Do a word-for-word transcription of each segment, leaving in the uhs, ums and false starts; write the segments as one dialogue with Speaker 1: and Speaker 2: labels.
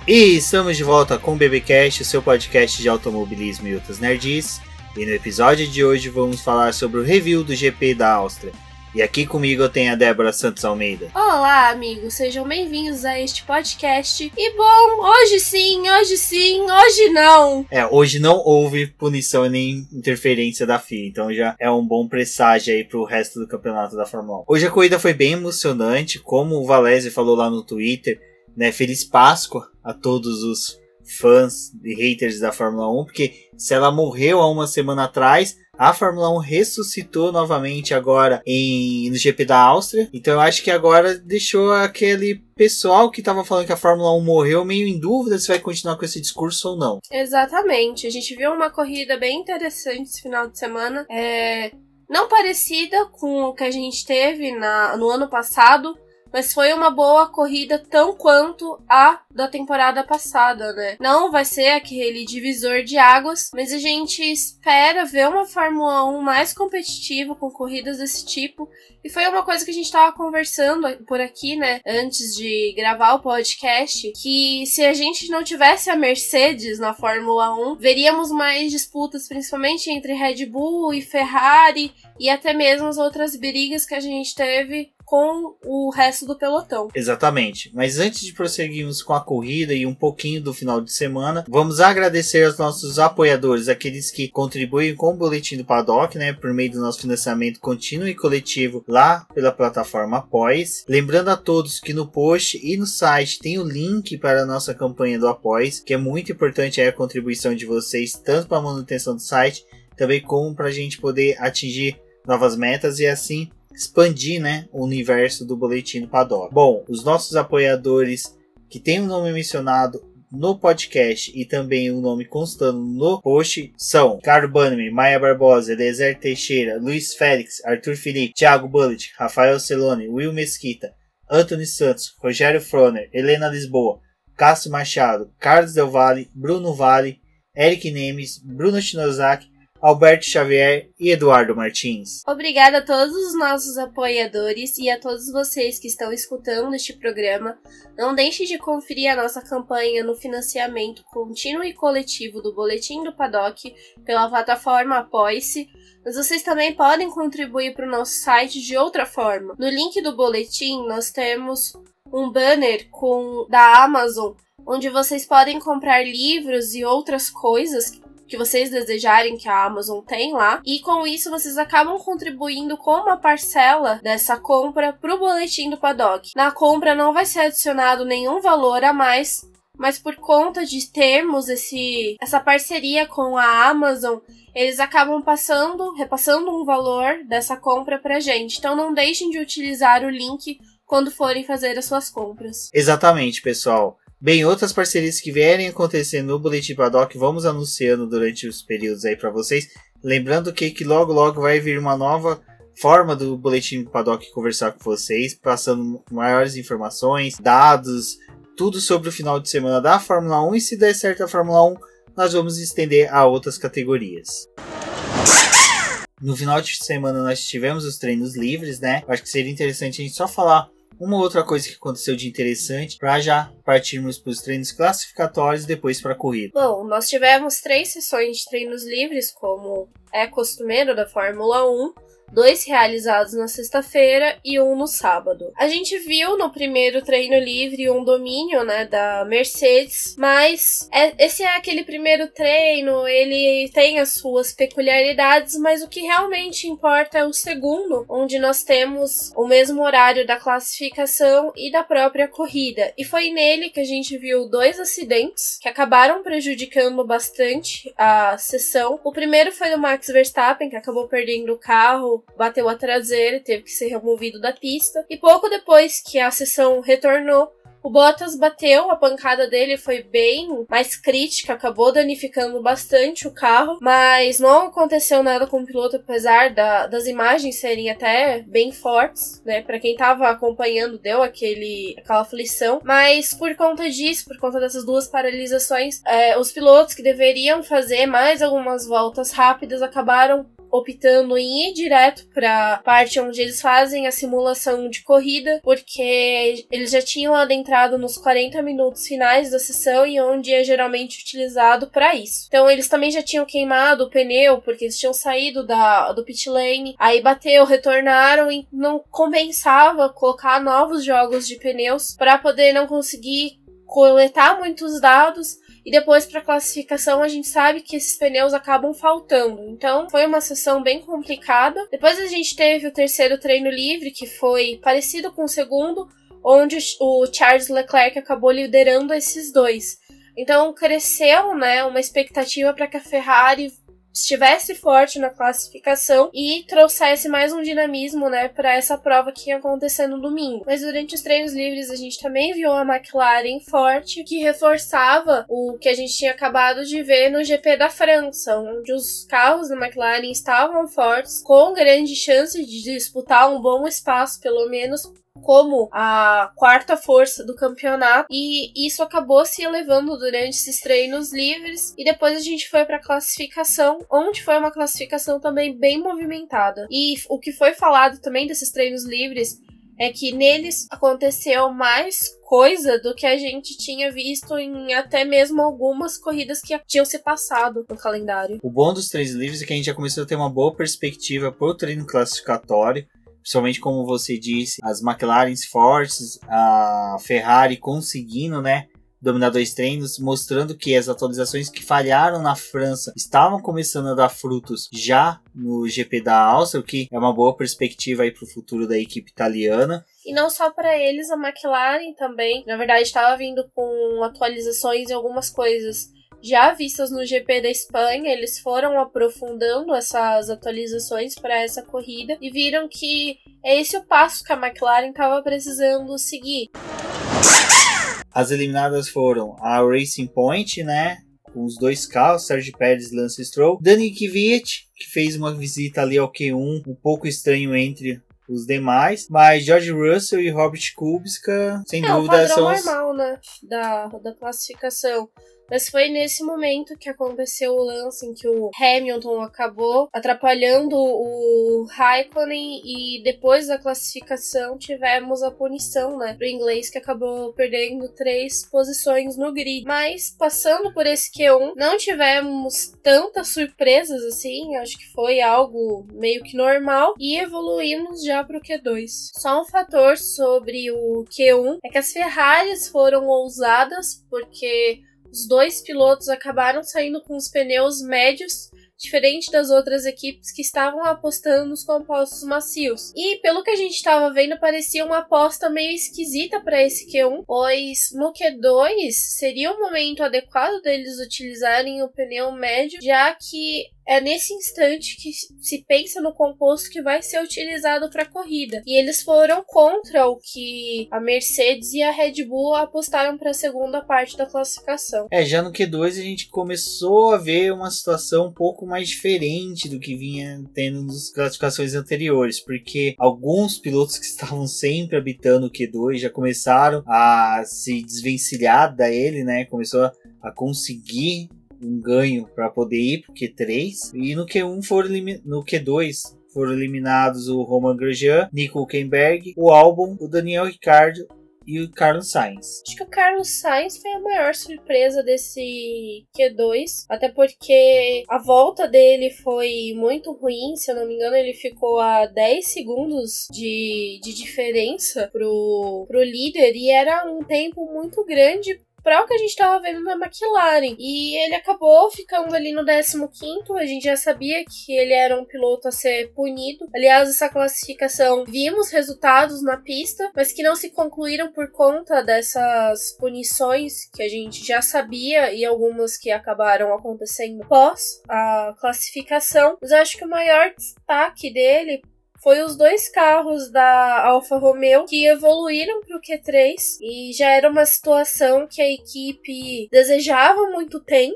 Speaker 1: E estamos de volta com o BBcast, o seu podcast de automobilismo e outras nerds. E no episódio de hoje vamos falar sobre o review do G P da Áustria. E aqui comigo eu tenho a Débora Santos Almeida.
Speaker 2: Olá, amigos, sejam bem-vindos a este podcast. E bom, hoje sim, hoje sim, hoje não.
Speaker 1: É, hoje não houve punição nem interferência da F I A, então já é um bom presságio aí pro resto do campeonato da Fórmula um. Hoje a corrida foi bem emocionante, como o Valese falou lá no Twitter, né? Feliz Páscoa a todos os fãs e haters da Fórmula um, porque se ela morreu há uma semana atrás, a Fórmula um ressuscitou novamente agora em, no G P da Áustria. Então eu acho que agora deixou aquele pessoal que estava falando que a Fórmula um morreu meio em dúvida se vai continuar com esse discurso ou não.
Speaker 2: Exatamente, a gente viu uma corrida bem interessante esse final de semana, é, não parecida com o que a gente teve na, no ano passado, mas foi uma boa corrida tão quanto a da temporada passada, né? Não vai ser aquele divisor de águas, mas a gente espera ver uma Fórmula um mais competitiva com corridas desse tipo. E foi uma coisa que a gente tava conversando por aqui, né? Antes de gravar o podcast, que se a gente não tivesse a Mercedes na Fórmula um, veríamos mais disputas, principalmente entre Red Bull e Ferrari e até mesmo as outras brigas que a gente teve com o resto do pelotão.
Speaker 1: Exatamente. Mas antes de prosseguirmos com a corrida e um pouquinho do final de semana, vamos agradecer aos nossos apoiadores, aqueles que contribuem com o Boletim do Paddock, né, por meio do nosso financiamento contínuo e coletivo lá pela plataforma Apoies. Lembrando a todos que no post e no site tem o link para a nossa campanha do Apoies, que é muito importante aí a contribuição de vocês, tanto para a manutenção do site, também como para a gente poder atingir novas metas e assim expandir, né, o universo do Boletim do Paddock. Bom, os nossos apoiadores que tem o nome mencionado no podcast e também o nome constando no post são Caro Bannerman, Maia Barbosa, Eliezer Teixeira, Luiz Félix, Arthur Felipe, Thiago Bullet, Rafael Celone, Will Mesquita, Anthony Santos, Rogério Froner, Helena Lisboa, Cássio Machado, Carlos Del Valle, Bruno Vale, Eric Nemes, Bruno Shinozaki, Alberto Xavier e Eduardo Martins.
Speaker 2: Obrigada a todos os nossos apoiadores e a todos vocês que estão escutando este programa. Não deixe de conferir a nossa campanha no financiamento contínuo e coletivo do Boletim do Paddock pela plataforma Apoie-se, mas vocês também podem contribuir para o nosso site de outra forma. No link do boletim nós temos um banner com, da Amazon, onde vocês podem comprar livros e outras coisas que vocês desejarem que a Amazon tem lá, e com isso vocês acabam contribuindo com uma parcela dessa compra para o Boletim do Paddock. Na compra não vai ser adicionado nenhum valor a mais, mas por conta de termos esse, essa parceria com a Amazon, eles acabam passando, repassando um valor dessa compra pra gente. Então não deixem de utilizar o link quando forem fazer as suas compras.
Speaker 1: Exatamente, pessoal. Bem, outras parcerias que vierem acontecer no Boletim Paddock, vamos anunciando durante os períodos aí para vocês. Lembrando que, que logo logo vai vir uma nova forma do Boletim Paddock conversar com vocês, passando maiores informações, dados, tudo sobre o final de semana da Fórmula um. E se der certo a Fórmula um, nós vamos estender a outras categorias. No final de semana nós tivemos os treinos livres, né? Acho que seria interessante a gente só falar uma outra coisa que aconteceu de interessante para já partirmos para os treinos classificatórios e depois para a corrida.
Speaker 2: Bom, nós tivemos três sessões de treinos livres, como é costumeiro da Fórmula um, dois realizados na sexta-feira e um no sábado. A gente viu no primeiro treino livre um domínio, né, da Mercedes, mas é, esse é aquele primeiro treino, ele tem as suas peculiaridades, mas o que realmente importa é o segundo, onde nós temos o mesmo horário da classificação e da própria corrida. E foi nele que a gente viu dois acidentes que acabaram prejudicando bastante a sessão. O primeiro foi do Max Verstappen, que acabou perdendo o carro, bateu a traseira e teve que ser removido da pista. E pouco depois que a sessão retornou, o Bottas bateu, a pancada dele foi bem mais crítica, acabou danificando bastante o carro, mas não aconteceu nada com o piloto, apesar da, das imagens serem até bem fortes, né? Pra quem tava acompanhando, deu aquele, aquela aflição, mas por conta disso, por conta dessas duas paralisações, é, os pilotos que deveriam fazer mais algumas voltas rápidas acabaram optando em ir direto para a parte onde eles fazem a simulação de corrida, porque eles já tinham adentrado nos quarenta minutos finais da sessão e onde é geralmente utilizado para isso. Então eles também já tinham queimado o pneu, porque eles tinham saído da, do pit lane, aí bateu, retornaram e não compensava colocar novos jogos de pneus para poder não conseguir coletar muitos dados. E depois, para classificação, a gente sabe que esses pneus acabam faltando. Então, foi uma sessão bem complicada. Depois a gente teve o terceiro treino livre, que foi parecido com o segundo, onde o Charles Leclerc acabou liderando esses dois. Então, cresceu, né, uma expectativa para que a Ferrari estivesse forte na classificação e trouxesse mais um dinamismo, né, para essa prova que ia acontecer no domingo. Mas durante os treinos livres a gente também viu a McLaren forte, que reforçava o que a gente tinha acabado de ver no G P da França, onde os carros da McLaren estavam fortes, com grande chance de disputar um bom espaço, pelo menos como a quarta força do campeonato, e isso acabou se elevando durante esses treinos livres, e depois a gente foi para a classificação, onde foi uma classificação também bem movimentada. E o que foi falado também desses treinos livres é que neles aconteceu mais coisa do que a gente tinha visto em até mesmo algumas corridas que tinham se passado no calendário.
Speaker 1: O bom dos treinos livres é que a gente já começou a ter uma boa perspectiva para o treino classificatório. Principalmente, como você disse, as McLarens fortes, a Ferrari conseguindo, né, dominar dois treinos, mostrando que as atualizações que falharam na França estavam começando a dar frutos já no G P da Áustria, o que é uma boa perspectiva para o futuro da equipe italiana.
Speaker 2: E não só para eles, a McLaren também, na verdade, estava vindo com atualizações em algumas coisas já vistas no G P da Espanha. Eles foram aprofundando essas atualizações para essa corrida e viram que é esse o passo que a McLaren estava precisando seguir.
Speaker 1: As eliminadas foram a Racing Point, né, com os dois carros, Sérgio Pérez e Lance Stroll, Dani Kvyat, que fez uma visita ali ao Q um, um pouco estranho entre os demais, mas George Russell e Robert Kubica, sem
Speaker 2: é,
Speaker 1: dúvida,
Speaker 2: o
Speaker 1: são
Speaker 2: os... normal, né, da, da classificação. Mas foi nesse momento que aconteceu o lance em que o Hamilton acabou atrapalhando o Raikkonen, e depois da classificação tivemos a punição, né, pro inglês, que acabou perdendo três posições no grid. Mas passando por esse Q um, não tivemos tantas surpresas assim, acho que foi algo meio que normal, e evoluímos já pro Q dois. Só um fator sobre o Q um é que as Ferraris foram ousadas, porque os dois pilotos acabaram saindo com os pneus médios, diferente das outras equipes que estavam apostando nos compostos macios. E pelo que a gente estava vendo, parecia uma aposta meio esquisita para esse Q um, pois no Q dois seria o momento adequado deles utilizarem o pneu médio, já que é nesse instante que se pensa no composto que vai ser utilizado para a corrida. E eles foram contra o que a Mercedes e a Red Bull apostaram para a segunda parte da classificação.
Speaker 1: É, já no Q dois a gente começou a ver uma situação um pouco mais diferente do que vinha tendo nas classificações anteriores, porque alguns pilotos que estavam sempre habitando o Q dois já começaram a se desvencilhar da ele, né? Começou a, a conseguir um ganho para poder ir pro Q três, e no Q um foram no Q dois foram eliminados o Romain Grosjean, Nico Hülkenberg, o Albon, o Daniel Ricciardo e o Carlos Sainz.
Speaker 2: Acho que o Carlos Sainz foi a maior surpresa desse Q dois, até porque a volta dele foi muito ruim, se eu não me engano ele ficou a dez segundos de, de diferença pro, pro líder, e era um tempo muito grande para o que a gente estava vendo na McLaren. E ele acabou ficando ali no décimo quinto. A gente já sabia que ele era um piloto a ser punido. Aliás, essa classificação, vimos resultados na pista, mas que não se concluíram por conta dessas punições que a gente já sabia, e algumas que acabaram acontecendo pós a classificação. Mas eu acho que o maior destaque dele foi os dois carros da Alfa Romeo que evoluíram para o Q três, e já era uma situação que a equipe desejava há muito tempo.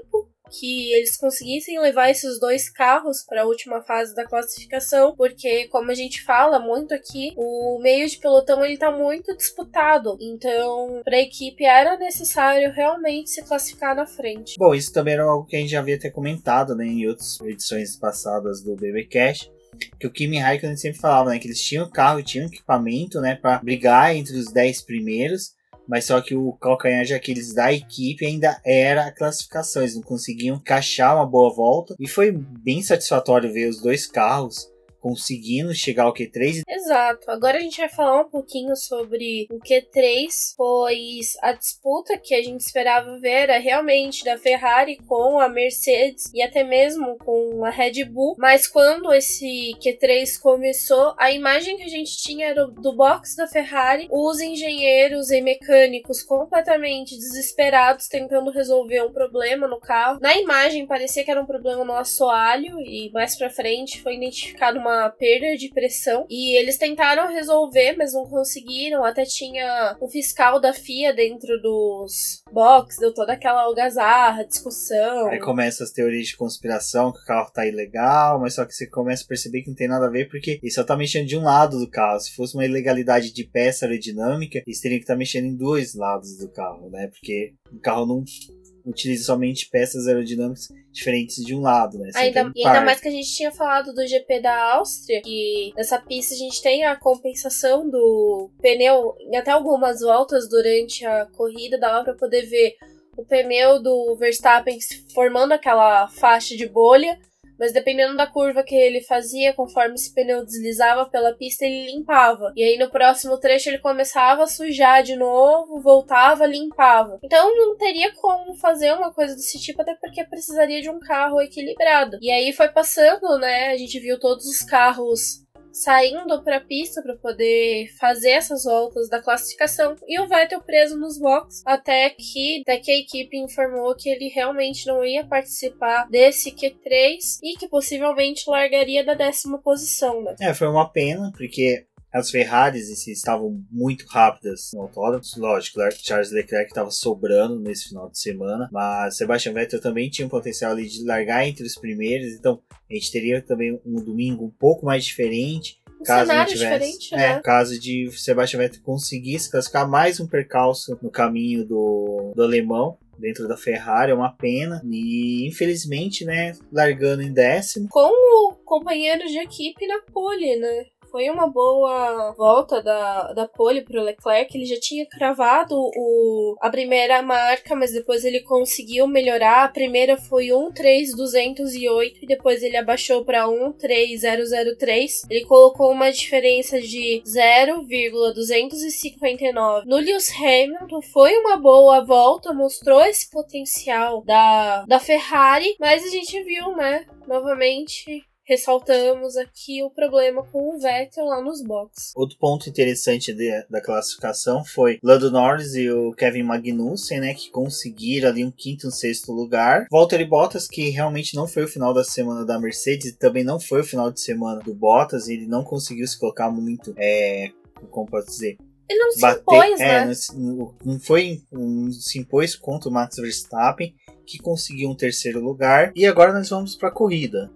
Speaker 2: que eles conseguissem levar esses dois carros para a última fase da classificação, porque, como a gente fala muito aqui, o meio de pelotão ele tá muito disputado, então para a equipe era necessário realmente se classificar na frente.
Speaker 1: Bom, isso também era algo que a gente já havia ter comentado, né, em outras edições passadas do BBcast, que o Kimi Raikkonen sempre falava, né, que eles tinham carro, tinham equipamento, né, para brigar entre os dez primeiros, mas só que o calcanhar de Aquiles da equipe ainda era a classificação. Eles não conseguiam encaixar uma boa volta. E foi bem satisfatório ver os dois carros conseguindo chegar ao Q três.
Speaker 2: Exato. Agora a gente vai falar um pouquinho sobre o Q três, pois a disputa que a gente esperava ver era realmente da Ferrari com a Mercedes e até mesmo com a Red Bull. Mas quando esse Q três começou, a imagem que a gente tinha era do box da Ferrari, os engenheiros e mecânicos completamente desesperados tentando resolver um problema no carro. Na imagem parecia que era um problema no assoalho e mais pra frente foi identificado uma perda de pressão e eles tentaram resolver, mas não conseguiram. Até tinha o fiscal da F I A dentro dos box, deu toda aquela algazarra, discussão.
Speaker 1: Aí começam as teorias de conspiração, que o carro tá ilegal, mas só que você começa a perceber que não tem nada a ver, porque ele só tá mexendo de um lado do carro. Se fosse uma ilegalidade de peça aerodinâmica, eles teriam que estar mexendo em dois lados do carro, né? Porque o carro não utiliza somente peças aerodinâmicas diferentes de um lado, né?
Speaker 2: Ainda, e ainda mais que a gente tinha falado do G P da Áustria, que nessa pista a gente tem a compensação do pneu em até algumas voltas durante a corrida, dava pra poder ver o pneu do Verstappen formando aquela faixa de bolha, mas dependendo da curva que ele fazia, conforme esse pneu deslizava pela pista, ele limpava. E aí no próximo trecho ele começava a sujar de novo, voltava, limpava. Então não teria como fazer uma coisa desse tipo, até porque precisaria de um carro equilibrado. E aí foi passando, né? A gente viu todos os carros saindo para a pista para poder fazer essas voltas da classificação e o Vettel preso nos boxes até que, até que a equipe informou que ele realmente não ia participar desse Q três e que possivelmente largaria da décima posição, né?
Speaker 1: É, foi uma pena, porque as Ferraris em si estavam muito rápidas no autódromo. Lógico, Charles Leclerc estava sobrando nesse final de semana, mas Sebastian Vettel também tinha um potencial ali de largar entre os primeiros, então a gente teria também um domingo um pouco mais diferente.
Speaker 2: Um
Speaker 1: caso
Speaker 2: cenário
Speaker 1: tivesse,
Speaker 2: diferente,
Speaker 1: é,
Speaker 2: né?
Speaker 1: Caso de Sebastian Vettel conseguisse classificar, mais um percalço no caminho do, do alemão dentro da Ferrari, é uma pena. E infelizmente, né, largando em décimo.
Speaker 2: Com o companheiro de equipe na pole, né? Foi uma boa volta da, da pole pro Leclerc. Ele já tinha cravado o, a primeira marca, mas depois ele conseguiu melhorar. A primeira foi um três duzentos e oito e depois ele abaixou para um três zero zero três. Ele colocou uma diferença de zero vírgula duzentos e cinquenta e nove no Lewis Hamilton. Foi uma boa volta, mostrou esse potencial da, da Ferrari, mas a gente viu, né, novamente... Ressaltamos aqui o problema com o Vettel lá nos boxes.
Speaker 1: Outro ponto interessante de, da classificação foi Lando Norris e o Kevin Magnussen, né, que conseguiram ali um quinto e um sexto lugar. Valtteri Bottas, que realmente não foi o final da semana da Mercedes e também não foi o final de semana do Bottas, ele não conseguiu se colocar muito, é, como posso dizer...
Speaker 2: Ele não se
Speaker 1: bater,
Speaker 2: impôs,
Speaker 1: é,
Speaker 2: né?
Speaker 1: Não, não foi, não se impôs contra o Max Verstappen, que conseguiu um terceiro lugar. E agora nós vamos para a corrida.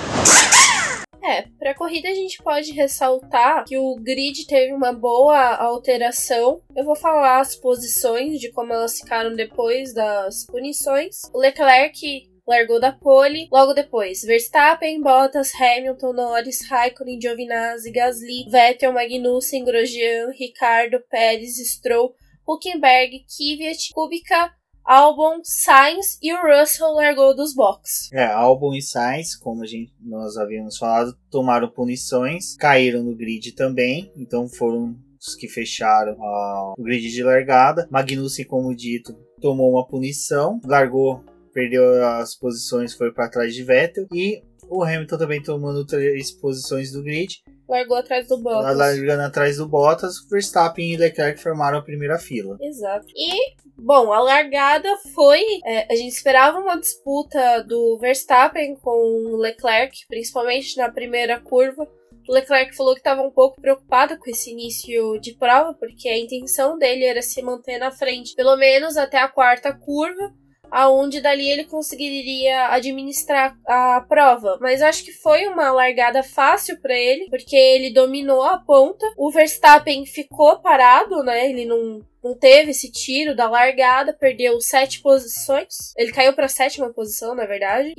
Speaker 2: É, para a corrida a gente pode ressaltar que o grid teve uma boa alteração. Eu vou falar as posições de como elas ficaram depois das punições. O Leclerc largou da pole, logo depois Verstappen, Bottas, Hamilton, Norris, Raikkonen, Giovinazzi, Gasly, Vettel, Magnussen, Grosjean, Ricciardo, Pérez, Stroll, Hülkenberg, Kvyat, Kubica, Albon, Sainz e o Russell largou dos boxes.
Speaker 1: É, Albon e Sainz, como a gente, nós havíamos falado, tomaram punições, caíram no grid também, então foram os que fecharam uh, o grid de largada. Magnussen, como dito, tomou uma punição, largou, perdeu as posições, foi para trás de Vettel, e o Hamilton também tomando três posições do grid.
Speaker 2: Largou atrás do Bottas.
Speaker 1: Largando atrás do Bottas, Verstappen e Leclerc formaram a primeira fila.
Speaker 2: Exato. E, bom, a largada foi... É, a gente esperava uma disputa do Verstappen com o Leclerc, principalmente na primeira curva. O Leclerc falou que estava um pouco preocupado com esse início de prova, porque a intenção dele era se manter na frente, pelo menos até a quarta curva. aonde dali ele conseguiria administrar a prova. Mas acho que foi uma largada fácil para ele, porque ele dominou a ponta. O Verstappen ficou parado, né? Ele não, não teve esse tiro da largada, perdeu sete posições. Ele caiu para a sétima posição, na verdade.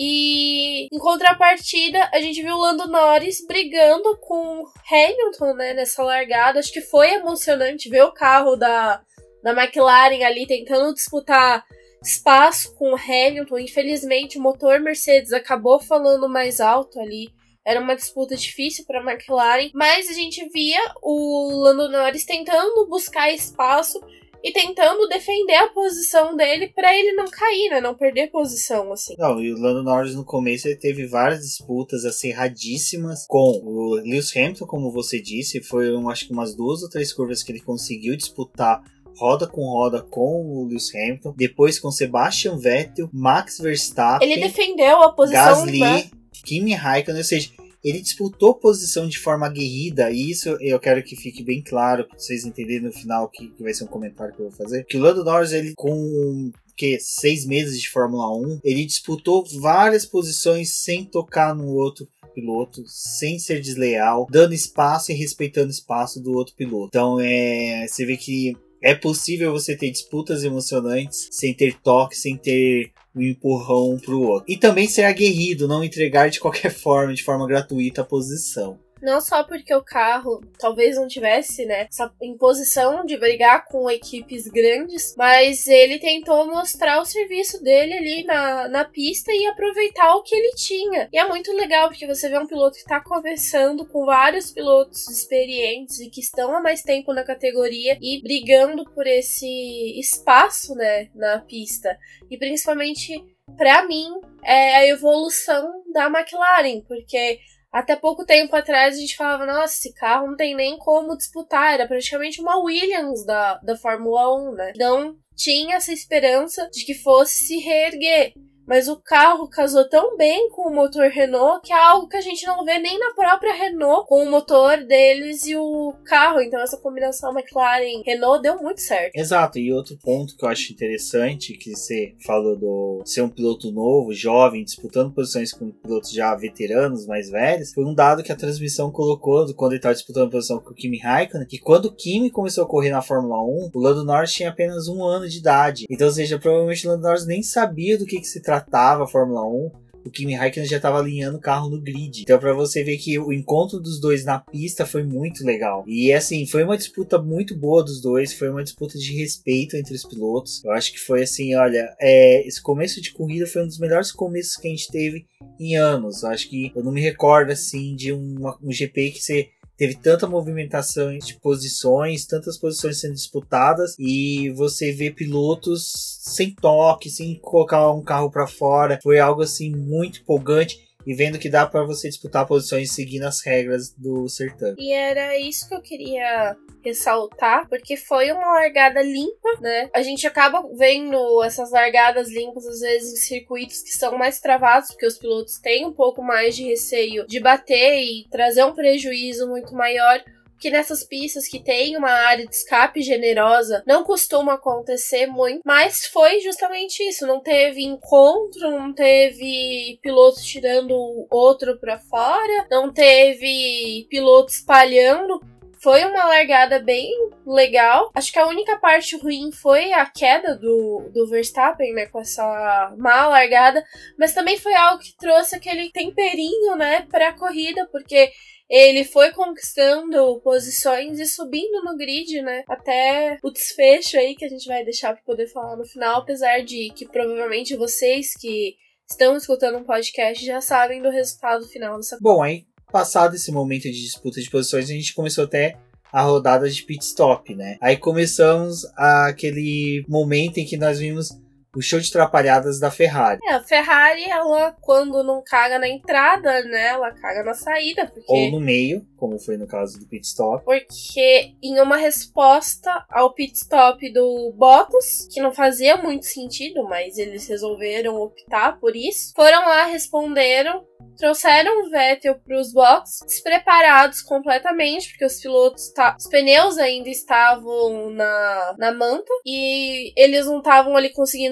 Speaker 2: E em contrapartida, a gente viu o Lando Norris brigando com Hamilton, né? Nessa largada. Acho que foi emocionante ver o carro da, da McLaren ali tentando disputar espaço com o Hamilton. Infelizmente o motor Mercedes acabou falando mais alto ali, era uma disputa difícil para a McLaren, mas a gente via o Lando Norris tentando buscar espaço e tentando defender a posição dele para ele não cair, né, não perder posição, assim.
Speaker 1: Não, e o Lando Norris no começo ele teve várias disputas acirradíssimas com o Lewis Hamilton, como você disse, foi um, acho que umas duas ou três curvas que ele conseguiu disputar roda com roda com o Lewis Hamilton, depois com Sebastian Vettel, Max Verstappen,
Speaker 2: ele defendeu a posição,
Speaker 1: Gasly,
Speaker 2: né?
Speaker 1: Kimi Raikkonen, ou seja, ele disputou posição de forma aguerrida, e isso eu quero que fique bem claro, para vocês entenderem no final, que, que vai ser um comentário que eu vou fazer, que o Lando Norris, ele com que, seis meses de Fórmula um, ele disputou várias posições sem tocar no outro piloto, sem ser desleal, dando espaço e respeitando o espaço do outro piloto. Então, é, você vê que é possível você ter disputas emocionantes sem ter toque, sem ter um empurrão um pro outro. E também ser aguerrido, não entregar de qualquer forma, de forma gratuita a posição.
Speaker 2: Não só porque o carro talvez não tivesse, né, essa imposição de brigar com equipes grandes, mas ele tentou mostrar o serviço dele ali na, na pista e aproveitar o que ele tinha. E é muito legal, porque você vê um piloto que tá conversando com vários pilotos experientes e que estão há mais tempo na categoria e brigando por esse espaço, né, na pista. E principalmente, pra mim, é a evolução da McLaren, porque até pouco tempo atrás a gente falava, nossa, esse carro não tem nem como disputar, era praticamente uma Williams da, da Fórmula um, né? Então tinha essa esperança de que fosse se reerguer. Mas o carro casou tão bem com o motor Renault que é algo que a gente não vê nem na própria Renault, com o motor deles e o carro. Então essa combinação McLaren-Renault deu muito certo.
Speaker 1: Exato, e outro ponto que eu acho interessante, que você falou do ser um piloto novo, jovem, disputando posições com pilotos já veteranos, mais velhos, foi um dado que a transmissão colocou quando ele estava disputando posição com o Kimi Raikkonen, que quando o Kimi começou a correr na Fórmula um, o Lando Norris tinha apenas um ano de idade. Então, ou seja, provavelmente o Lando Norris nem sabia do que, que se tratava tava a Fórmula um, o Kimi Raikkonen já estava alinhando o carro no grid. Então, para você ver que o encontro dos dois na pista foi muito legal. E assim, foi uma disputa muito boa dos dois, foi uma disputa de respeito entre os pilotos. Eu acho que foi assim, olha, é, esse começo de corrida foi um dos melhores começos que a gente teve em anos. Eu acho que eu não me recordo assim de uma, um G P que você teve tanta movimentação de posições, tantas posições sendo disputadas, e você vê pilotos sem toque, sem colocar um carro para fora. Foi algo assim muito empolgante, e vendo que dá para você disputar posições seguindo as regras do certame.
Speaker 2: E era isso que eu queria ressaltar, porque foi uma largada limpa, né? A gente acaba vendo essas largadas limpas às vezes em circuitos que são mais travados, porque os pilotos têm um pouco mais de receio de bater e trazer um prejuízo muito maior, que nessas pistas que tem uma área de escape generosa não costuma acontecer muito, mas foi justamente isso, não teve encontro, não teve piloto tirando o outro pra fora, não teve piloto espalhando. Foi uma largada bem legal. Acho que a única parte ruim foi a queda do, do Verstappen, né, com essa má largada, mas também foi algo que trouxe aquele temperinho, né, pra corrida, porque ele foi conquistando posições e subindo no grid, né, até o desfecho aí que a gente vai deixar pra poder falar no final, apesar de que provavelmente vocês que estão escutando um podcast já sabem do resultado final dessa
Speaker 1: Bom, aí passado esse momento de disputa de posições, a gente começou até a rodada de pit stop, né? Aí começamos aquele momento em que nós vimos o show de trapalhadas da Ferrari.
Speaker 2: É, a Ferrari, ela, quando não caga na entrada, né, ela caga na saída, porque...
Speaker 1: Ou no meio, como foi no caso do pit stop.
Speaker 2: Porque em uma resposta ao pit stop do Bottas, que não fazia muito sentido, mas eles resolveram optar por isso, foram lá, responderam, trouxeram o Vettel para os boxes, despreparados completamente, porque os pilotos, tá, os pneus ainda estavam na, na manta, e eles não estavam ali conseguindo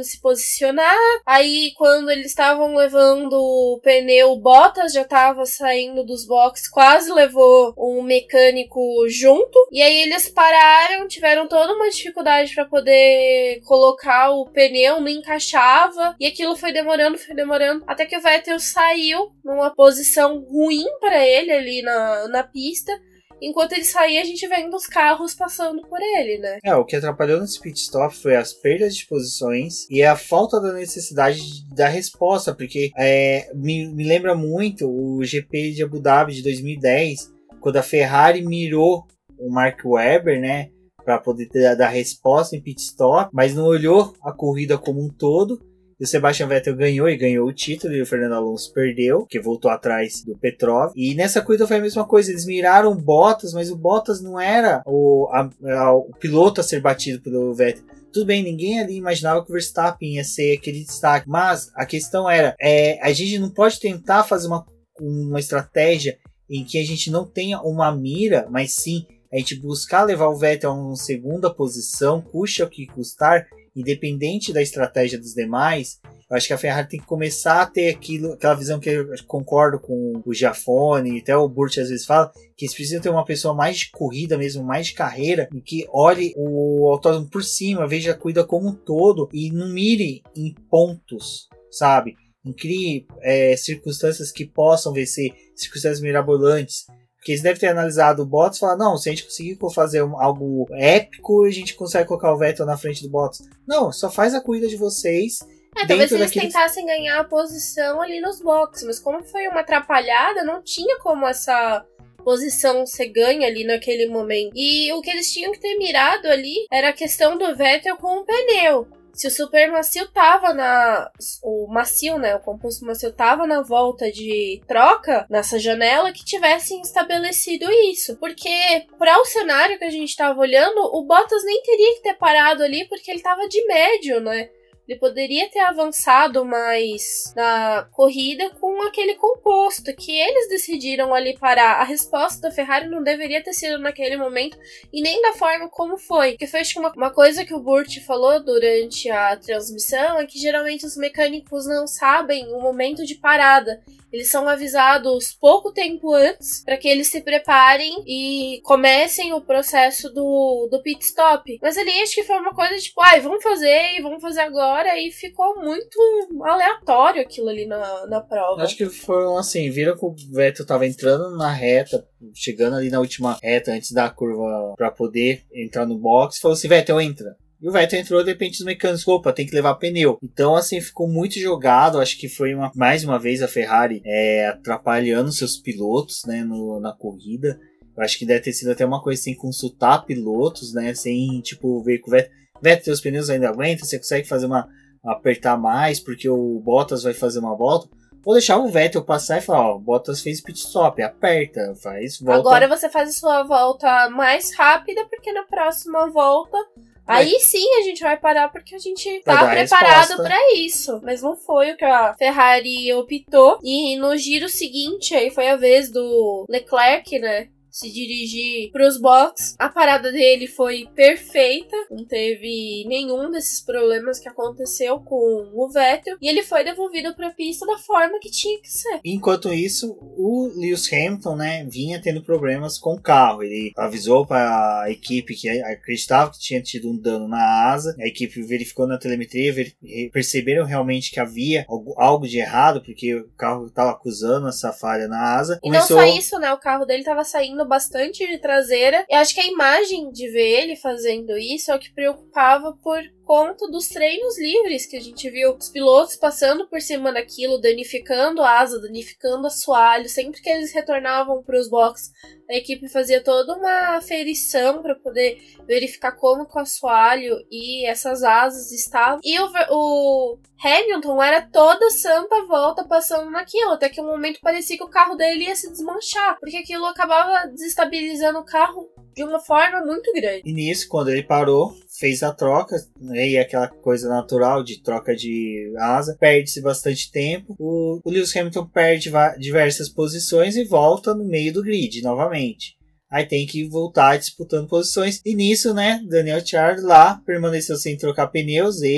Speaker 2: se posicionar. Aí, quando eles estavam levando o pneu, o Bottas já estava saindo dos boxes, quase levou um mecânico junto. E aí eles pararam, tiveram toda uma dificuldade para poder colocar o pneu, não encaixava. E aquilo foi demorando, foi demorando, até que o Vettel saiu numa posição ruim para ele ali na, na pista. Enquanto ele saía, a gente vendo os carros passando por ele, né?
Speaker 1: É, o que atrapalhou nesse pit stop foi as perdas de posições e a falta da necessidade da resposta, porque é, me, me lembra muito o G P de Abu Dhabi de dois mil e dez, quando a Ferrari mirou o Mark Webber, né, para poder dar, dar resposta em pit stop, mas não olhou a corrida como um todo. E o Sebastian Vettel ganhou e ganhou o título, e o Fernando Alonso perdeu, que voltou atrás do Petrov. E nessa corrida foi a mesma coisa, eles miraram o Bottas, mas o Bottas não era o, a, a, o piloto a ser batido pelo Vettel. Tudo bem, ninguém ali imaginava que o Verstappen ia ser aquele destaque, mas a questão era, é, a gente não pode tentar fazer uma, uma estratégia em que a gente não tenha uma mira, mas sim a gente buscar levar o Vettel a uma segunda posição, custe o que custar, independente da estratégia dos demais. Eu acho que a Ferrari tem que começar a ter aquilo, aquela visão que eu concordo com o Giafone, até o Burt às vezes fala, que eles precisam ter uma pessoa mais de corrida mesmo, mais de carreira, e que olhe o autódromo por cima, veja a corrida como um todo, e não mire em pontos, sabe? Não crie é, circunstâncias que possam vencer, circunstâncias mirabolantes. Porque eles devem ter analisado o Bottas e falar, não, se a gente conseguir fazer um, algo épico, a gente consegue colocar o Vettel na frente do Bottas. Não, só faz a corrida de vocês.
Speaker 2: É, talvez eles daquele... tentassem ganhar a posição ali nos boxes, mas como foi uma atrapalhada, não tinha como essa posição ser ganha ali naquele momento. E o que eles tinham que ter mirado ali era a questão do Vettel com o pneu. Se o super macio tava na... O macio, né? O composto macio tava na volta de troca, nessa janela, que tivessem estabelecido isso. Porque, para o cenário que a gente tava olhando, o Bottas nem teria que ter parado ali, porque ele tava de médio, né? Ele poderia ter avançado mais na corrida com aquele composto que eles decidiram ali parar. A resposta da Ferrari não deveria ter sido naquele momento e nem da forma como foi. Porque foi acho que uma, uma coisa que o Burt falou durante a transmissão é que geralmente os mecânicos não sabem o momento de parada. Eles são avisados pouco tempo antes para que eles se preparem e comecem o processo do, do pit stop. Mas ali acho que foi uma coisa tipo, ai, vamos fazer e vamos fazer agora. E ficou muito aleatório aquilo ali na, na prova.
Speaker 1: Acho que foram assim, viram que o Vettel tava entrando na reta, chegando ali na última reta antes da curva para poder entrar no box, falou assim, Vettel, entra. E o Vettel entrou, de repente os mecânicos, opa, tem que levar pneu. Então, assim, ficou muito jogado. Acho que foi uma, mais uma vez a Ferrari é, atrapalhando seus pilotos, né, no, na corrida. Eu acho que deve ter sido até uma coisa sem consultar pilotos, né, sem, tipo, ver com o Vettel. Vettel, teus pneus ainda aguentam, você consegue fazer uma, apertar mais, porque o Bottas vai fazer uma volta. Ou deixar o Vettel passar e falar, ó, o Bottas fez pit stop, aperta, faz volta.
Speaker 2: Agora você faz a sua volta mais rápida, porque na próxima volta... Aí sim a gente vai parar porque a gente tá preparado pra isso. Mas não foi o que a Ferrari optou. E no giro seguinte, aí foi a vez do Leclerc, né? Se dirigir pros boxes. A parada dele foi perfeita. Não teve nenhum desses problemas que aconteceu com o Vettel. E ele foi devolvido pra pista da forma que tinha que ser.
Speaker 1: Enquanto isso, o Lewis Hamilton, né, vinha tendo problemas com o carro. Ele avisou para a equipe que acreditava que tinha tido um dano na asa. A equipe verificou na telemetria, perceberam realmente que havia algo, algo de errado, porque o carro estava acusando essa falha na asa.
Speaker 2: E Começou... não só isso, né? O carro dele estava saindo bastante de traseira. Eu acho que a imagem de ver ele fazendo isso é o que preocupava por conta dos treinos livres que a gente viu os pilotos passando por cima daquilo, danificando a asa, danificando assoalho. Sempre que eles retornavam para os boxes, a equipe fazia toda uma aferição para poder verificar como que o assoalho e essas asas estavam. E o, o Hamilton era toda santa volta passando naquilo, até que um momento parecia que o carro dele ia se desmanchar, porque aquilo acabava desestabilizando o carro de uma forma muito grande.
Speaker 1: E nisso, quando ele parou, fez a troca, né, e aquela coisa natural de troca de asa, perde-se bastante tempo. O, o Lewis Hamilton perde diversas posições e volta no meio do grid novamente. Aí tem que voltar disputando posições. E nisso, né, Daniel Ricciardo lá permaneceu sem trocar pneus. Ele,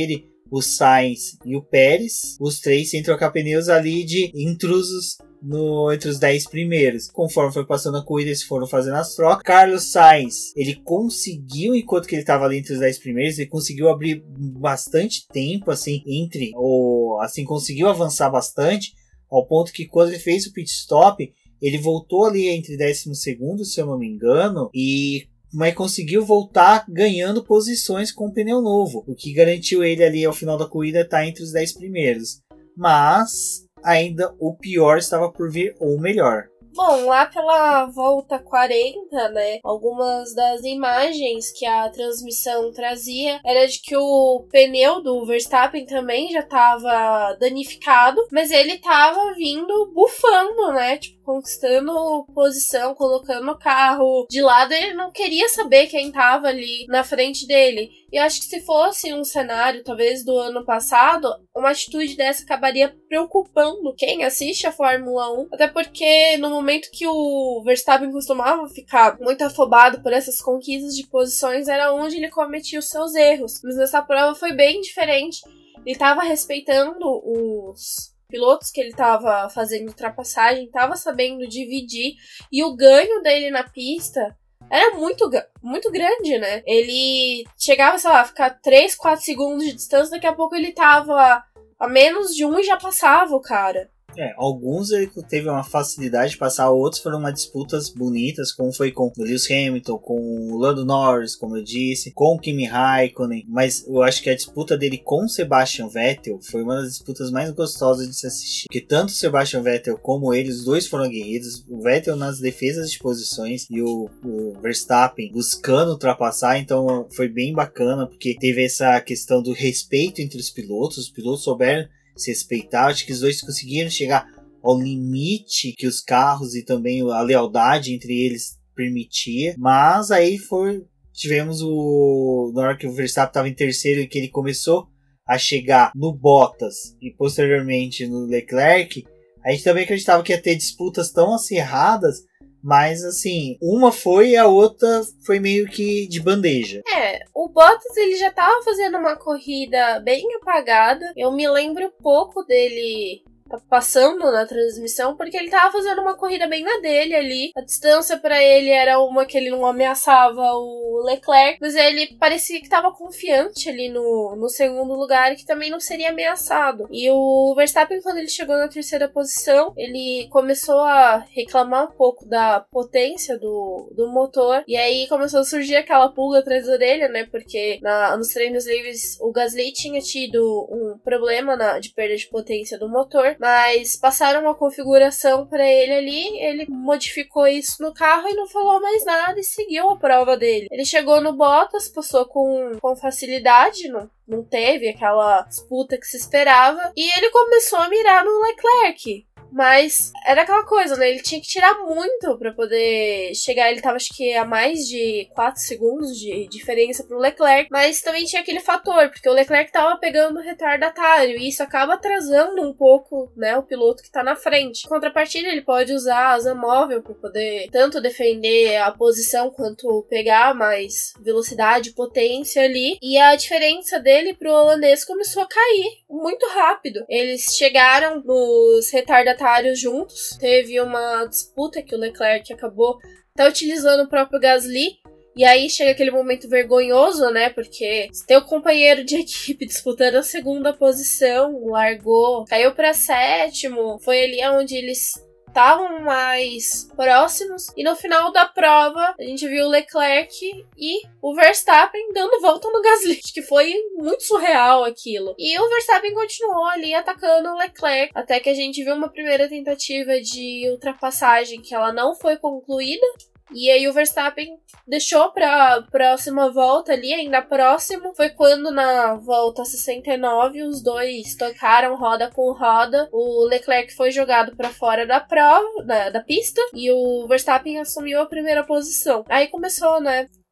Speaker 1: o Sainz e o Pérez, os três sem trocar pneus ali de intrusos no, entre os dez primeiros. Conforme foi passando a corrida, eles foram fazendo as trocas. Carlos Sainz, ele conseguiu, enquanto que ele estava ali entre os dez primeiros, ele conseguiu abrir bastante tempo, assim, entre, ou assim, conseguiu avançar bastante, ao ponto que quando ele fez o pit stop, ele voltou ali entre décimo segundo, se eu não me engano, e mas conseguiu voltar ganhando posições com o pneu novo, o que garantiu ele ali ao final da corrida estar entre os dez primeiros. Mas ainda o pior estava por vir, ou melhor.
Speaker 2: Bom, lá pela volta quarenta, né, algumas das imagens que a transmissão trazia era de que o pneu do Verstappen também já estava danificado, mas ele estava vindo bufando, né, tipo, conquistando posição, colocando o carro de lado. Ele não queria saber quem estava ali na frente dele. E eu acho que se fosse um cenário, talvez do ano passado, uma atitude dessa acabaria preocupando quem assiste a Fórmula um, até porque no momento que o Verstappen costumava ficar muito afobado por essas conquistas de posições, era onde ele cometia os seus erros. Mas nessa prova foi bem diferente. Ele estava respeitando os pilotos que ele estava fazendo ultrapassagem, estava sabendo dividir, e o ganho dele na pista era muito, muito grande, né? Ele chegava, sei lá, a ficar três, quatro segundos de distância, daqui a pouco ele tava a menos de um e já passava o cara.
Speaker 1: É, alguns ele teve uma facilidade de passar, outros foram uma disputas bonitas, como foi com o Lewis Hamilton, com o Lando Norris, como eu disse, com o Kimi Raikkonen, mas eu acho que a disputa dele com o Sebastian Vettel foi uma das disputas mais gostosas de se assistir, porque tanto o Sebastian Vettel como ele, os dois foram aguerridos, o Vettel nas defesas de posições e o, o Verstappen buscando ultrapassar, então foi bem bacana, porque teve essa questão do respeito entre os pilotos, os pilotos souberam se respeitar. Acho que os dois conseguiram chegar ao limite que os carros e também a lealdade entre eles permitia, mas aí foi, tivemos o na hora que o Verstappen estava em terceiro e que ele começou a chegar no Bottas e posteriormente no Leclerc, a gente também acreditava que ia ter disputas tão acirradas, mas assim, uma foi e a outra foi meio que de bandeja.
Speaker 2: É, o Bottas ele já tava fazendo uma corrida bem apagada. Eu me lembro pouco dele passando na transmissão, porque ele tava fazendo uma corrida bem na dele ali. A distância pra ele era uma que ele não ameaçava o Leclerc, mas ele parecia que tava confiante ali no, no segundo lugar, que também não seria ameaçado. E o Verstappen, quando ele chegou na terceira posição, ele começou a reclamar um pouco da potência do, do motor, e aí começou a surgir aquela pulga atrás da orelha, né, porque na, nos treinos livres o Gasly tinha tido um problema na, de perda de potência do motor, mas passaram uma configuração para ele ali, ele modificou isso no carro e não falou mais nada e seguiu a prova dele. Ele chegou no Bottas, passou com, com facilidade, não, não teve aquela disputa que se esperava, e ele começou a mirar no Leclerc. Mas era aquela coisa, né? Ele tinha que tirar muito pra poder chegar. Ele tava, acho que, a mais de quatro segundos de diferença pro Leclerc. Mas também tinha aquele fator, porque o Leclerc tava pegando retardatário. E isso acaba atrasando um pouco, né, o piloto que tá na frente. Em contrapartida, ele pode usar a asa móvel pra poder tanto defender a posição quanto pegar mais velocidade e potência ali. E a diferença dele pro holandês começou a cair muito rápido. Eles chegaram nos retardatários juntos, teve uma disputa que o Leclerc acabou até utilizando o próprio Gasly, e aí chega aquele momento vergonhoso, né, porque teu companheiro de equipe disputando a segunda posição, largou, caiu para sétimo, foi ali onde eles estavam mais próximos, e no final da prova a gente viu o Leclerc e o Verstappen dando volta no Gasly, que foi muito surreal aquilo. E o Verstappen continuou ali atacando o Leclerc, até que a gente viu uma primeira tentativa de ultrapassagem que ela não foi concluída. E aí o Verstappen deixou pra próxima volta ali, ainda próximo. Foi quando na volta sessenta e nove os dois tocaram roda com roda. O Leclerc foi jogado pra fora da prova, da, da pista, e o Verstappen assumiu a primeira posição. Aí começou, né,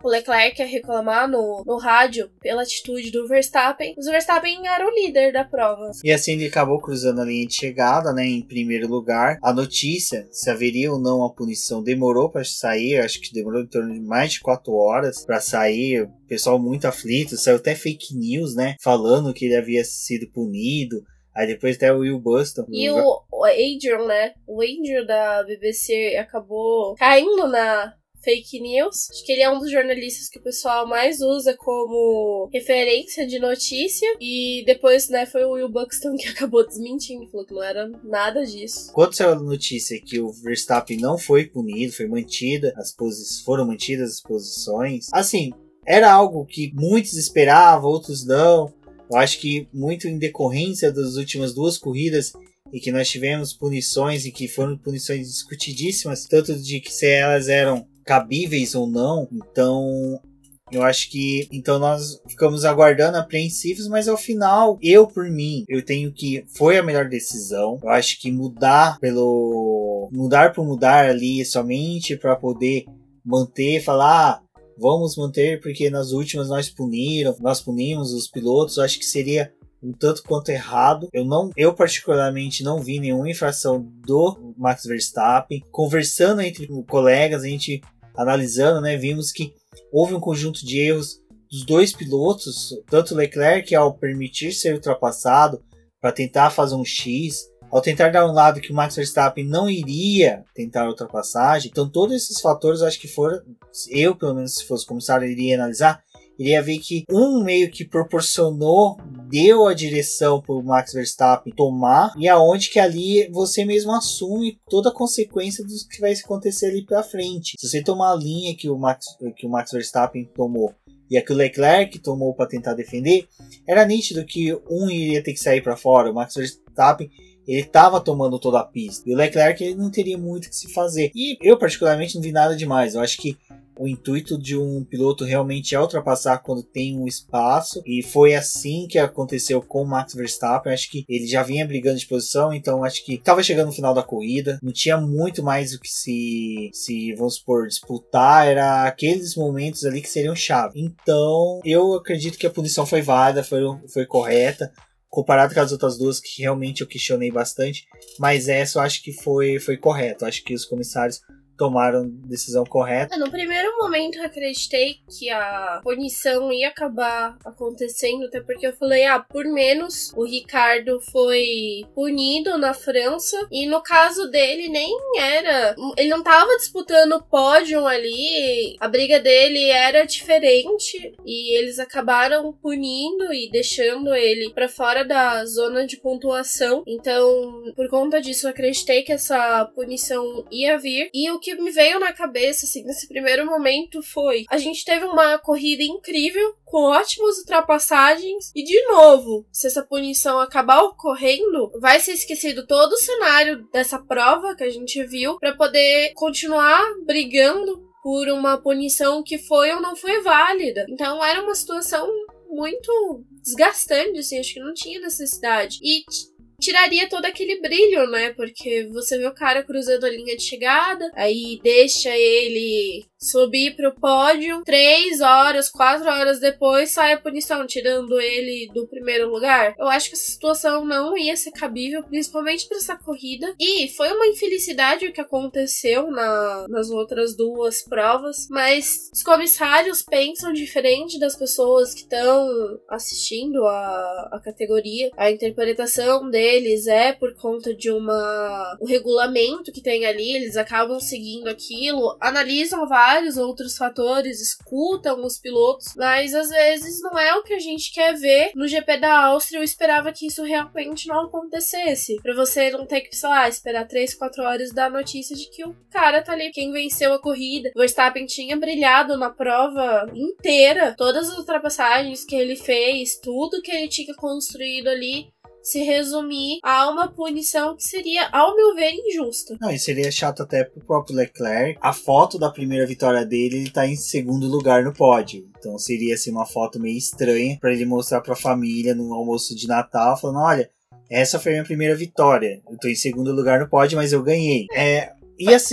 Speaker 2: o Leclerc ia reclamar no, no rádio pela atitude do Verstappen, mas o Verstappen era o líder da prova.
Speaker 1: E assim ele acabou cruzando a linha de chegada, né, em primeiro lugar. A notícia, se haveria ou não a punição, demorou para sair, acho que demorou em torno de mais de quatro horas para sair. O pessoal muito aflito, saiu até fake news, né, falando que ele havia sido punido. Aí depois até o Will Buston.
Speaker 2: E o, o Adrian, né, o Adrian da B B C acabou caindo na fake news. Acho que ele é um dos jornalistas que o pessoal mais usa como referência de notícia. E depois, né, foi o Will Buxton que acabou desmentindo. Falou que não era nada disso.
Speaker 1: Quando saiu a notícia que o Verstappen não foi punido, foi mantida, as posi- foram mantidas as posições. Assim, era algo que muitos esperavam, outros não. Eu acho que muito em decorrência das últimas duas corridas e que nós tivemos punições e que foram punições discutidíssimas, tanto de que se elas eram cabíveis ou não. Então eu acho que então nós ficamos aguardando apreensivos, mas ao final, eu por mim, eu tenho que foi a melhor decisão. Eu acho que mudar pelo mudar por mudar ali somente para poder manter, falar, ah, vamos manter porque nas últimas nós puniram, nós punimos os pilotos, eu acho que seria um tanto quanto errado. Eu não, eu particularmente não vi nenhuma infração do Max Verstappen. Conversando entre colegas, a gente analisando, né, vimos que houve um conjunto de erros dos dois pilotos, tanto o Leclerc ao permitir ser ultrapassado para tentar fazer um X, ao tentar dar um lado que o Max Verstappen não iria tentar a ultrapassagem. Então todos esses fatores eu acho que foram, eu pelo menos se fosse comissário iria analisar, iria ver que um meio que proporcionou, deu a direção para o Max Verstappen tomar, e aonde que ali você mesmo assume toda a consequência do que vai acontecer ali para frente. Se você tomar a linha que o Max, que o Max Verstappen tomou e a que o Leclerc tomou para tentar defender, era nítido que um iria ter que sair para fora. O Max Verstappen ele estava tomando toda a pista. E o Leclerc ele não teria muito o que se fazer. E eu particularmente não vi nada demais. Eu acho que o intuito de um piloto realmente é ultrapassar quando tem um espaço. E foi assim que aconteceu com o Max Verstappen. Eu acho que ele já vinha brigando de posição. Então acho que estava chegando no final da corrida. Não tinha muito mais o que se, se vamos supor, disputar. Era aqueles momentos ali que seriam chave. Então eu acredito que a punição foi válida, foi, foi correta. Comparado com as outras duas que realmente eu questionei bastante, mas essa eu acho que foi, foi correto. Eu acho que os comissários tomaram a decisão correta.
Speaker 2: No primeiro momento eu acreditei que a punição ia acabar acontecendo, até porque eu falei, ah, por menos o Ricardo foi punido na França, e no caso dele nem era, ele não tava disputando o pódio ali, a briga dele era diferente, e eles acabaram punindo e deixando ele pra fora da zona de pontuação. Então, por conta disso, eu acreditei que essa punição ia vir, e o que me veio na cabeça, assim, nesse primeiro momento foi, a gente teve uma corrida incrível, com ótimas ultrapassagens, e de novo, se essa punição acabar ocorrendo, vai ser esquecido todo o cenário dessa prova que a gente viu, pra poder continuar brigando por uma punição que foi ou não foi válida. Então era uma situação muito desgastante, assim, acho que não tinha necessidade. E tiraria todo aquele brilho, né? Porque você vê o cara cruzando a linha de chegada, aí deixa ele subir pro pódio, três horas, quatro horas depois sai a punição, tirando ele do primeiro lugar. Eu acho que essa situação não ia ser cabível, principalmente pra essa corrida. E foi uma infelicidade o que aconteceu na, nas outras duas provas, mas os comissários pensam diferente das pessoas que estão assistindo a, a categoria. A interpretação deles é por conta de uma um regulamento que tem ali, eles acabam seguindo aquilo, analisam vários vários outros fatores, escutam os pilotos, mas às vezes não é o que a gente quer ver. No G P da Áustria eu esperava que isso realmente não acontecesse, pra você não ter que, sei lá, esperar três, quatro horas da notícia de que o cara tá ali, quem venceu a corrida. O Verstappen tinha brilhado na prova inteira, todas as ultrapassagens que ele fez, tudo que ele tinha construído ali, se resumir a uma punição que seria, ao meu ver, injusta.
Speaker 1: Não, e seria chato até pro próprio Leclerc. A foto da primeira vitória dele, ele tá em segundo lugar no pódio. Então seria assim uma foto meio estranha pra ele mostrar pra família no almoço de Natal, falando, olha, essa foi a minha primeira vitória. Eu tô em segundo lugar no pódio, mas eu ganhei. É, e assim,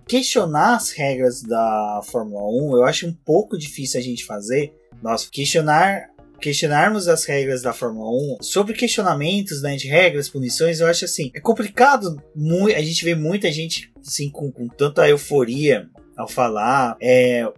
Speaker 1: questionar as regras da Fórmula um, eu acho um pouco difícil a gente fazer. Nossa, questionar... questionarmos as regras da Fórmula um, sobre questionamentos, né, de regras, punições, eu acho assim, é complicado, a gente vê muita gente assim, com, com tanta euforia ao falar, é,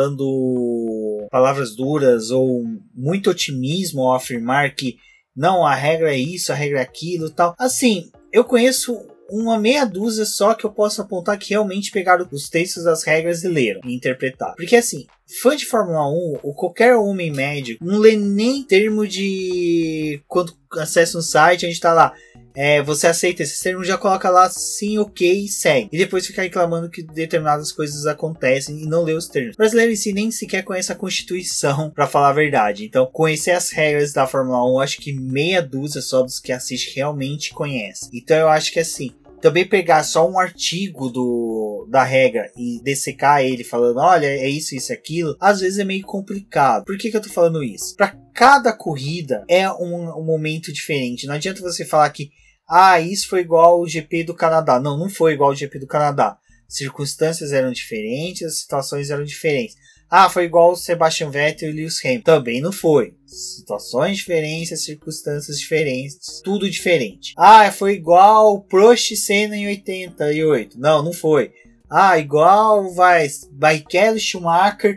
Speaker 1: usando palavras duras ou muito otimismo ao afirmar que não, a regra é isso, a regra é aquilo e tal. Assim, eu conheço uma meia dúzia só que eu posso apontar que realmente pegaram os textos das regras e leram e interpretaram. Porque assim, fã de Fórmula um, ou qualquer homem médio, não lê nem termo de... Quando acessa um site, a gente tá lá, é, você aceita esses termos, já coloca lá sim, ok, e segue. E depois fica reclamando que determinadas coisas acontecem e não lê os termos. O brasileiro em si nem sequer conhece a Constituição, pra falar a verdade. Então, conhecer as regras da Fórmula um, acho que meia dúzia só dos que assistem realmente conhece. Então, eu acho que assim, também pegar só um artigo do, da regra e dessecar ele falando, olha, é isso, isso, aquilo, às vezes é meio complicado. Por que que eu tô falando isso? Pra cada corrida é um, um momento diferente. Não adianta você falar que, ah, isso foi igual ao G P do Canadá. Não, não foi igual ao G P do Canadá. Circunstâncias eram diferentes, as situações eram diferentes. Ah, foi igual o Sebastian Vettel e Lewis Hamilton. Também não foi. Situações diferentes, circunstâncias diferentes, tudo diferente. Ah, foi igual o Prost e Senna em oitenta e oito. Não, não foi. Ah, igual vai Barrichello e Schumacher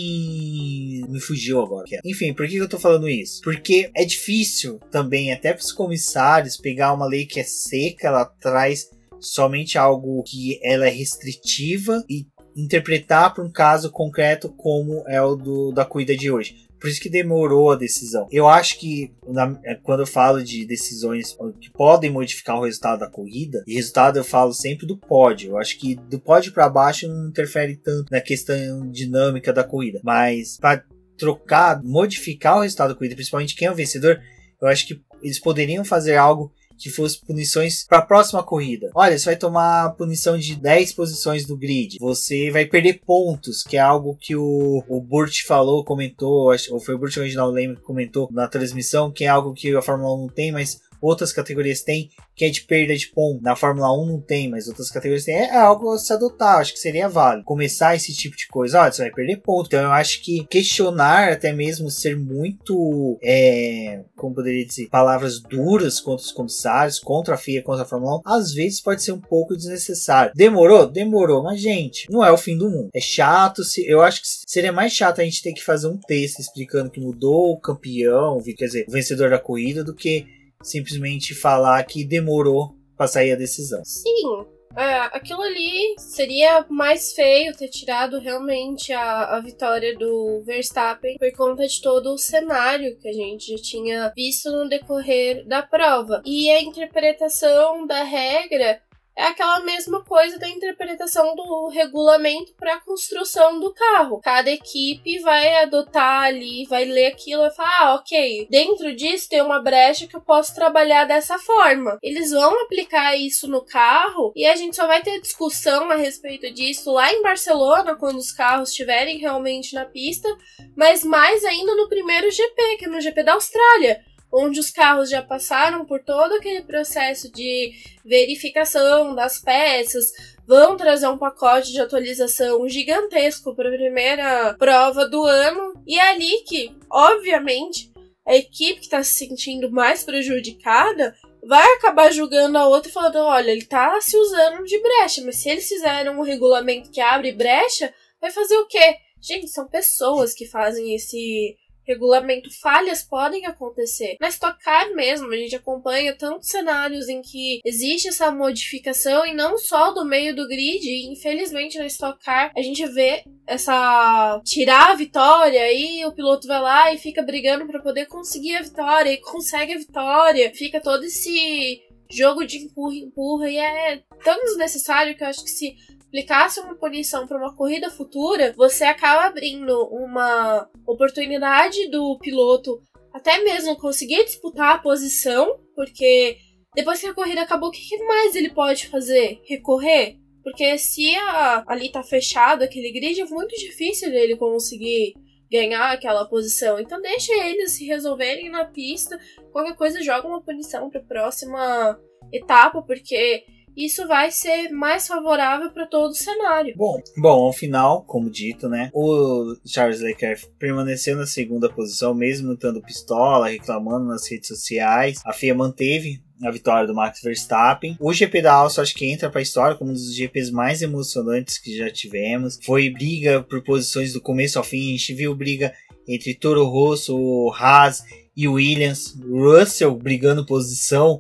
Speaker 1: em... Me fugiu agora. Enfim, por que eu tô falando isso? Porque é difícil também, até para os comissários, pegar uma lei que é seca, ela traz somente algo que ela é restritiva e interpretar para um caso concreto como é o do, da corrida de hoje. Por isso que demorou a decisão. Eu acho que na, quando eu falo de decisões que podem modificar o resultado da corrida, e resultado eu falo sempre do pódio. Eu acho que do pódio para baixo não interfere tanto na questão dinâmica da corrida. Mas para trocar, modificar o resultado da corrida, principalmente quem é o vencedor, eu acho que eles poderiam fazer algo que fosse punições para a próxima corrida. Olha, você vai tomar punição de dez posições do grid. Você vai perder pontos, que é algo que o, o Burt falou, comentou, ou foi o Burt original, lembro, que comentou na transmissão, que é algo que a Fórmula um não tem, mas outras categorias têm, que é de perda de ponto. Na Fórmula um não tem, mas outras categorias têm. É algo a se adotar, acho que seria válido. Começar esse tipo de coisa, olha, você vai perder ponto. Então eu acho que questionar, até mesmo ser muito, é, como poderia dizer, palavras duras contra os comissários, contra a F I A, contra a Fórmula um, às vezes pode ser um pouco desnecessário. Demorou? Demorou, mas gente, não é o fim do mundo. É chato, se, eu acho que seria mais chato a gente ter que fazer um texto explicando que mudou o campeão, quer dizer, o vencedor da corrida, do que simplesmente falar que demorou para sair a decisão.
Speaker 2: Sim, é, aquilo ali seria mais feio ter tirado realmente a, a vitória do Verstappen por conta de todo o cenário que a gente já tinha visto no decorrer da prova. E a interpretação da regra é aquela mesma coisa da interpretação do regulamento para a construção do carro. Cada equipe vai adotar ali, vai ler aquilo e falar, ah, ok, dentro disso tem uma brecha que eu posso trabalhar dessa forma. Eles vão aplicar isso no carro e a gente só vai ter discussão a respeito disso lá em Barcelona, quando os carros estiverem realmente na pista, mas mais ainda no primeiro G P, que é no G P da Austrália, onde os carros já passaram por todo aquele processo de verificação das peças, vão trazer um pacote de atualização gigantesco para a primeira prova do ano, e é ali que, obviamente, a equipe que está se sentindo mais prejudicada vai acabar julgando a outra e falando, olha, ele está se usando de brecha, mas se eles fizeram um regulamento que abre brecha, vai fazer o quê? Gente, são pessoas que fazem esse regulamento, falhas podem acontecer. Na Stock Car mesmo, a gente acompanha tantos cenários em que existe essa modificação e não só do meio do grid, e infelizmente na Stock Car a gente vê essa tirar a vitória e o piloto vai lá e fica brigando para poder conseguir a vitória e consegue a vitória, fica todo esse jogo de empurra-empurra e é tão desnecessário que eu acho que se aplicasse uma punição para uma corrida futura, você acaba abrindo uma oportunidade do piloto até mesmo conseguir disputar a posição, porque depois que a corrida acabou, o que mais ele pode fazer? Recorrer? Porque se a, ali tá fechado aquele grid, é muito difícil ele conseguir ganhar aquela posição. Então deixa eles se resolverem na pista, qualquer coisa joga uma punição para a próxima etapa, porque isso vai ser mais favorável para todo o cenário.
Speaker 1: Bom, bom, ao final, como dito, né, o Charles Leclerc permaneceu na segunda posição, mesmo estando pistola, reclamando nas redes sociais. A F I A manteve a vitória do Max Verstappen. O G P da Áustria acho que entra para a história como um dos G Ps mais emocionantes que já tivemos. Foi briga por posições do começo ao fim. A gente viu briga entre Toro Rosso, o Haas e o Williams. Russell brigando posição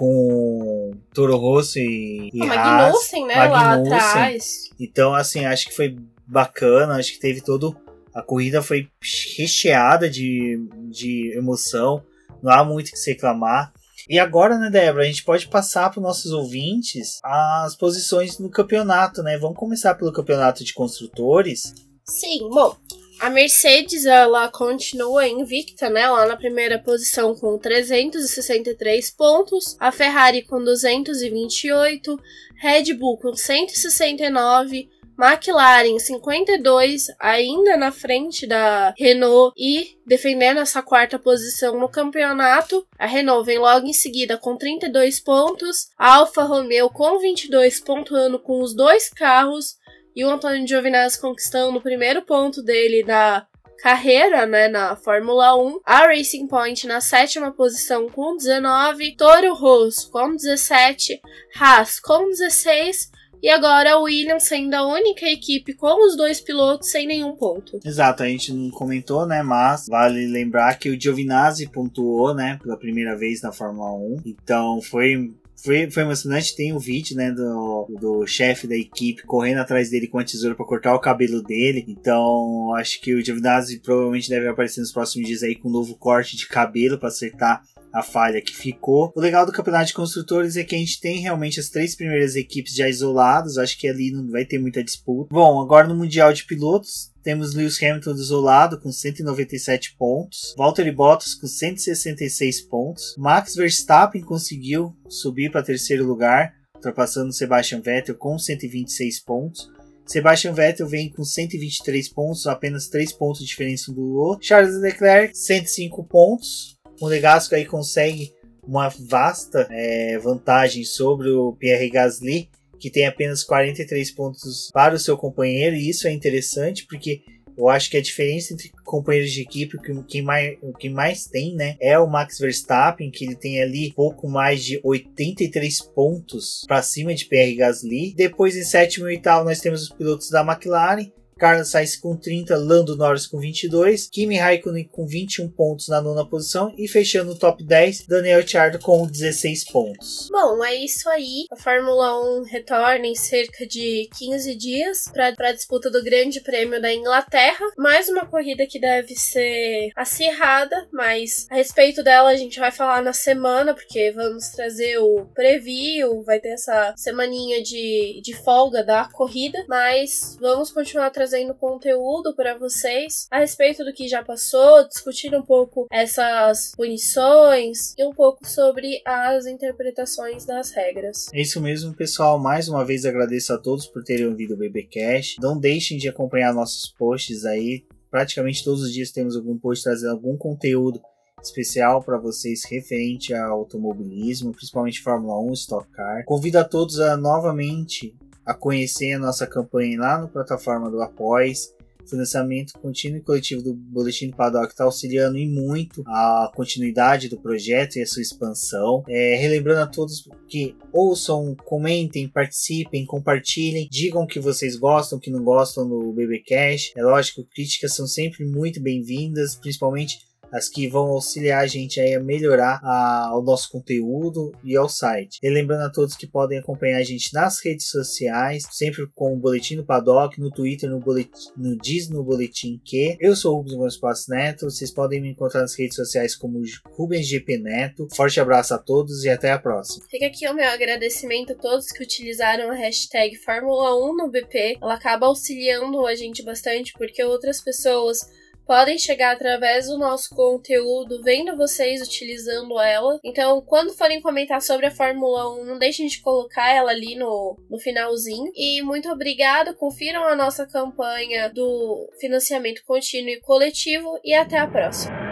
Speaker 1: com Toro Rosso e, e
Speaker 2: o
Speaker 1: Haas.
Speaker 2: Magnussen, né,
Speaker 1: Magnussen.
Speaker 2: lá atrás.
Speaker 1: Então, assim, acho que foi bacana. Acho que teve todo... A corrida foi recheada de, de emoção. Não há muito o que se reclamar. E agora, né, Débora, a gente pode passar para os nossos ouvintes as posições no campeonato, né? Vamos começar pelo campeonato de construtores.
Speaker 2: Sim, bom, a Mercedes, ela continua invicta, né, lá na primeira posição com trezentos e sessenta e três pontos, a Ferrari com duzentos e vinte e oito, Red Bull com cento e sessenta e nove, McLaren cinquenta e dois, ainda na frente da Renault e defendendo essa quarta posição no campeonato. A Renault vem logo em seguida com trinta e dois pontos, a Alfa Romeo com vinte e dois, pontuando com os dois carros, e o Antônio Giovinazzi conquistando o primeiro ponto dele da carreira, né, na Fórmula um. A Racing Point na sétima posição com dezenove, Toro Rosso com dezessete, Haas com dezesseis, e agora a Williams sendo a única equipe com os dois pilotos sem nenhum ponto.
Speaker 1: Exato, a gente não comentou, né, mas vale lembrar que o Giovinazzi pontuou, né, pela primeira vez na Fórmula um, então foi... Foi, foi emocionante, tem um vídeo, né, do, do chefe da equipe correndo atrás dele com a tesoura para cortar o cabelo dele. Então, acho que o Giovinazzi provavelmente deve aparecer nos próximos dias aí com um novo corte de cabelo para acertar a falha que ficou. O legal do campeonato de construtores é que a gente tem realmente as três primeiras equipes já isoladas. Acho que ali não vai ter muita disputa. Bom, agora no Mundial de Pilotos, temos Lewis Hamilton isolado com cento e noventa e sete pontos, Valtteri Bottas com cento e sessenta e seis pontos, Max Verstappen conseguiu subir para terceiro lugar, ultrapassando Sebastian Vettel com cento e vinte e seis pontos. Sebastian Vettel vem com cento e vinte e três pontos, apenas três pontos de diferença do outro. Charles Leclerc, cento e cinco pontos. O Monegasco aí consegue uma vasta é, vantagem sobre o Pierre Gasly, que tem apenas quarenta e três pontos para o seu companheiro, e isso é interessante porque eu acho que a diferença entre companheiros de equipe, que quem mais, quem mais tem, né, é o Max Verstappen, que ele tem ali pouco mais de oitenta e três pontos para cima de Pierre Gasly. Depois, em sétimo e oitavo, nós temos os pilotos da McLaren, Carlos Sainz com trinta, Lando Norris com vinte e dois, Kimi Raikkonen com vinte e um pontos na nona posição e fechando o top dez, Daniel Ricciardo com dezesseis pontos.
Speaker 2: Bom, é isso aí. A Fórmula um retorna em cerca de quinze dias para a disputa do Grande Prêmio da Inglaterra. Mais uma corrida que deve ser acirrada, mas a respeito dela a gente vai falar na semana, porque vamos trazer o preview, vai ter essa semaninha de, de folga da corrida, mas vamos continuar trazendo trazendo conteúdo para vocês a respeito do que já passou, discutindo um pouco essas punições e um pouco sobre as interpretações das regras.
Speaker 1: É isso mesmo, pessoal. Mais uma vez agradeço a todos por terem ouvido o BBcast. Não deixem de acompanhar nossos posts aí. Praticamente todos os dias temos algum post trazendo algum conteúdo especial para vocês referente ao automobilismo, principalmente Fórmula um, Stock Car. Convido a todos a novamente a conhecer a nossa campanha lá na plataforma do Apoies. O financiamento contínuo e coletivo do Boletim do Paddock está auxiliando e muito a continuidade do projeto e a sua expansão. É, relembrando a todos que ouçam, comentem, participem, compartilhem, digam o que vocês gostam, o que não gostam do BBcast. É lógico, críticas são sempre muito bem-vindas, principalmente as que vão auxiliar a gente aí a melhorar a, o nosso conteúdo e ao site. E lembrando a todos que podem acompanhar a gente nas redes sociais, sempre com o Boletim do Paddock, no Twitter, no, boletim, no Diz no Boletim que. Eu sou o Rubens Gomes Passos Neto, vocês podem me encontrar nas redes sociais como Rubens G P Neto. Forte abraço a todos e até a próxima.
Speaker 2: Fica aqui o meu agradecimento a todos que utilizaram a hashtag Fórmula um no B P. Ela acaba auxiliando a gente bastante porque outras pessoas podem chegar através do nosso conteúdo, vendo vocês utilizando ela. Então, quando forem comentar sobre a Fórmula um, não deixem de colocar ela ali no, no finalzinho. E muito obrigada, confiram a nossa campanha do financiamento contínuo e coletivo e até a próxima.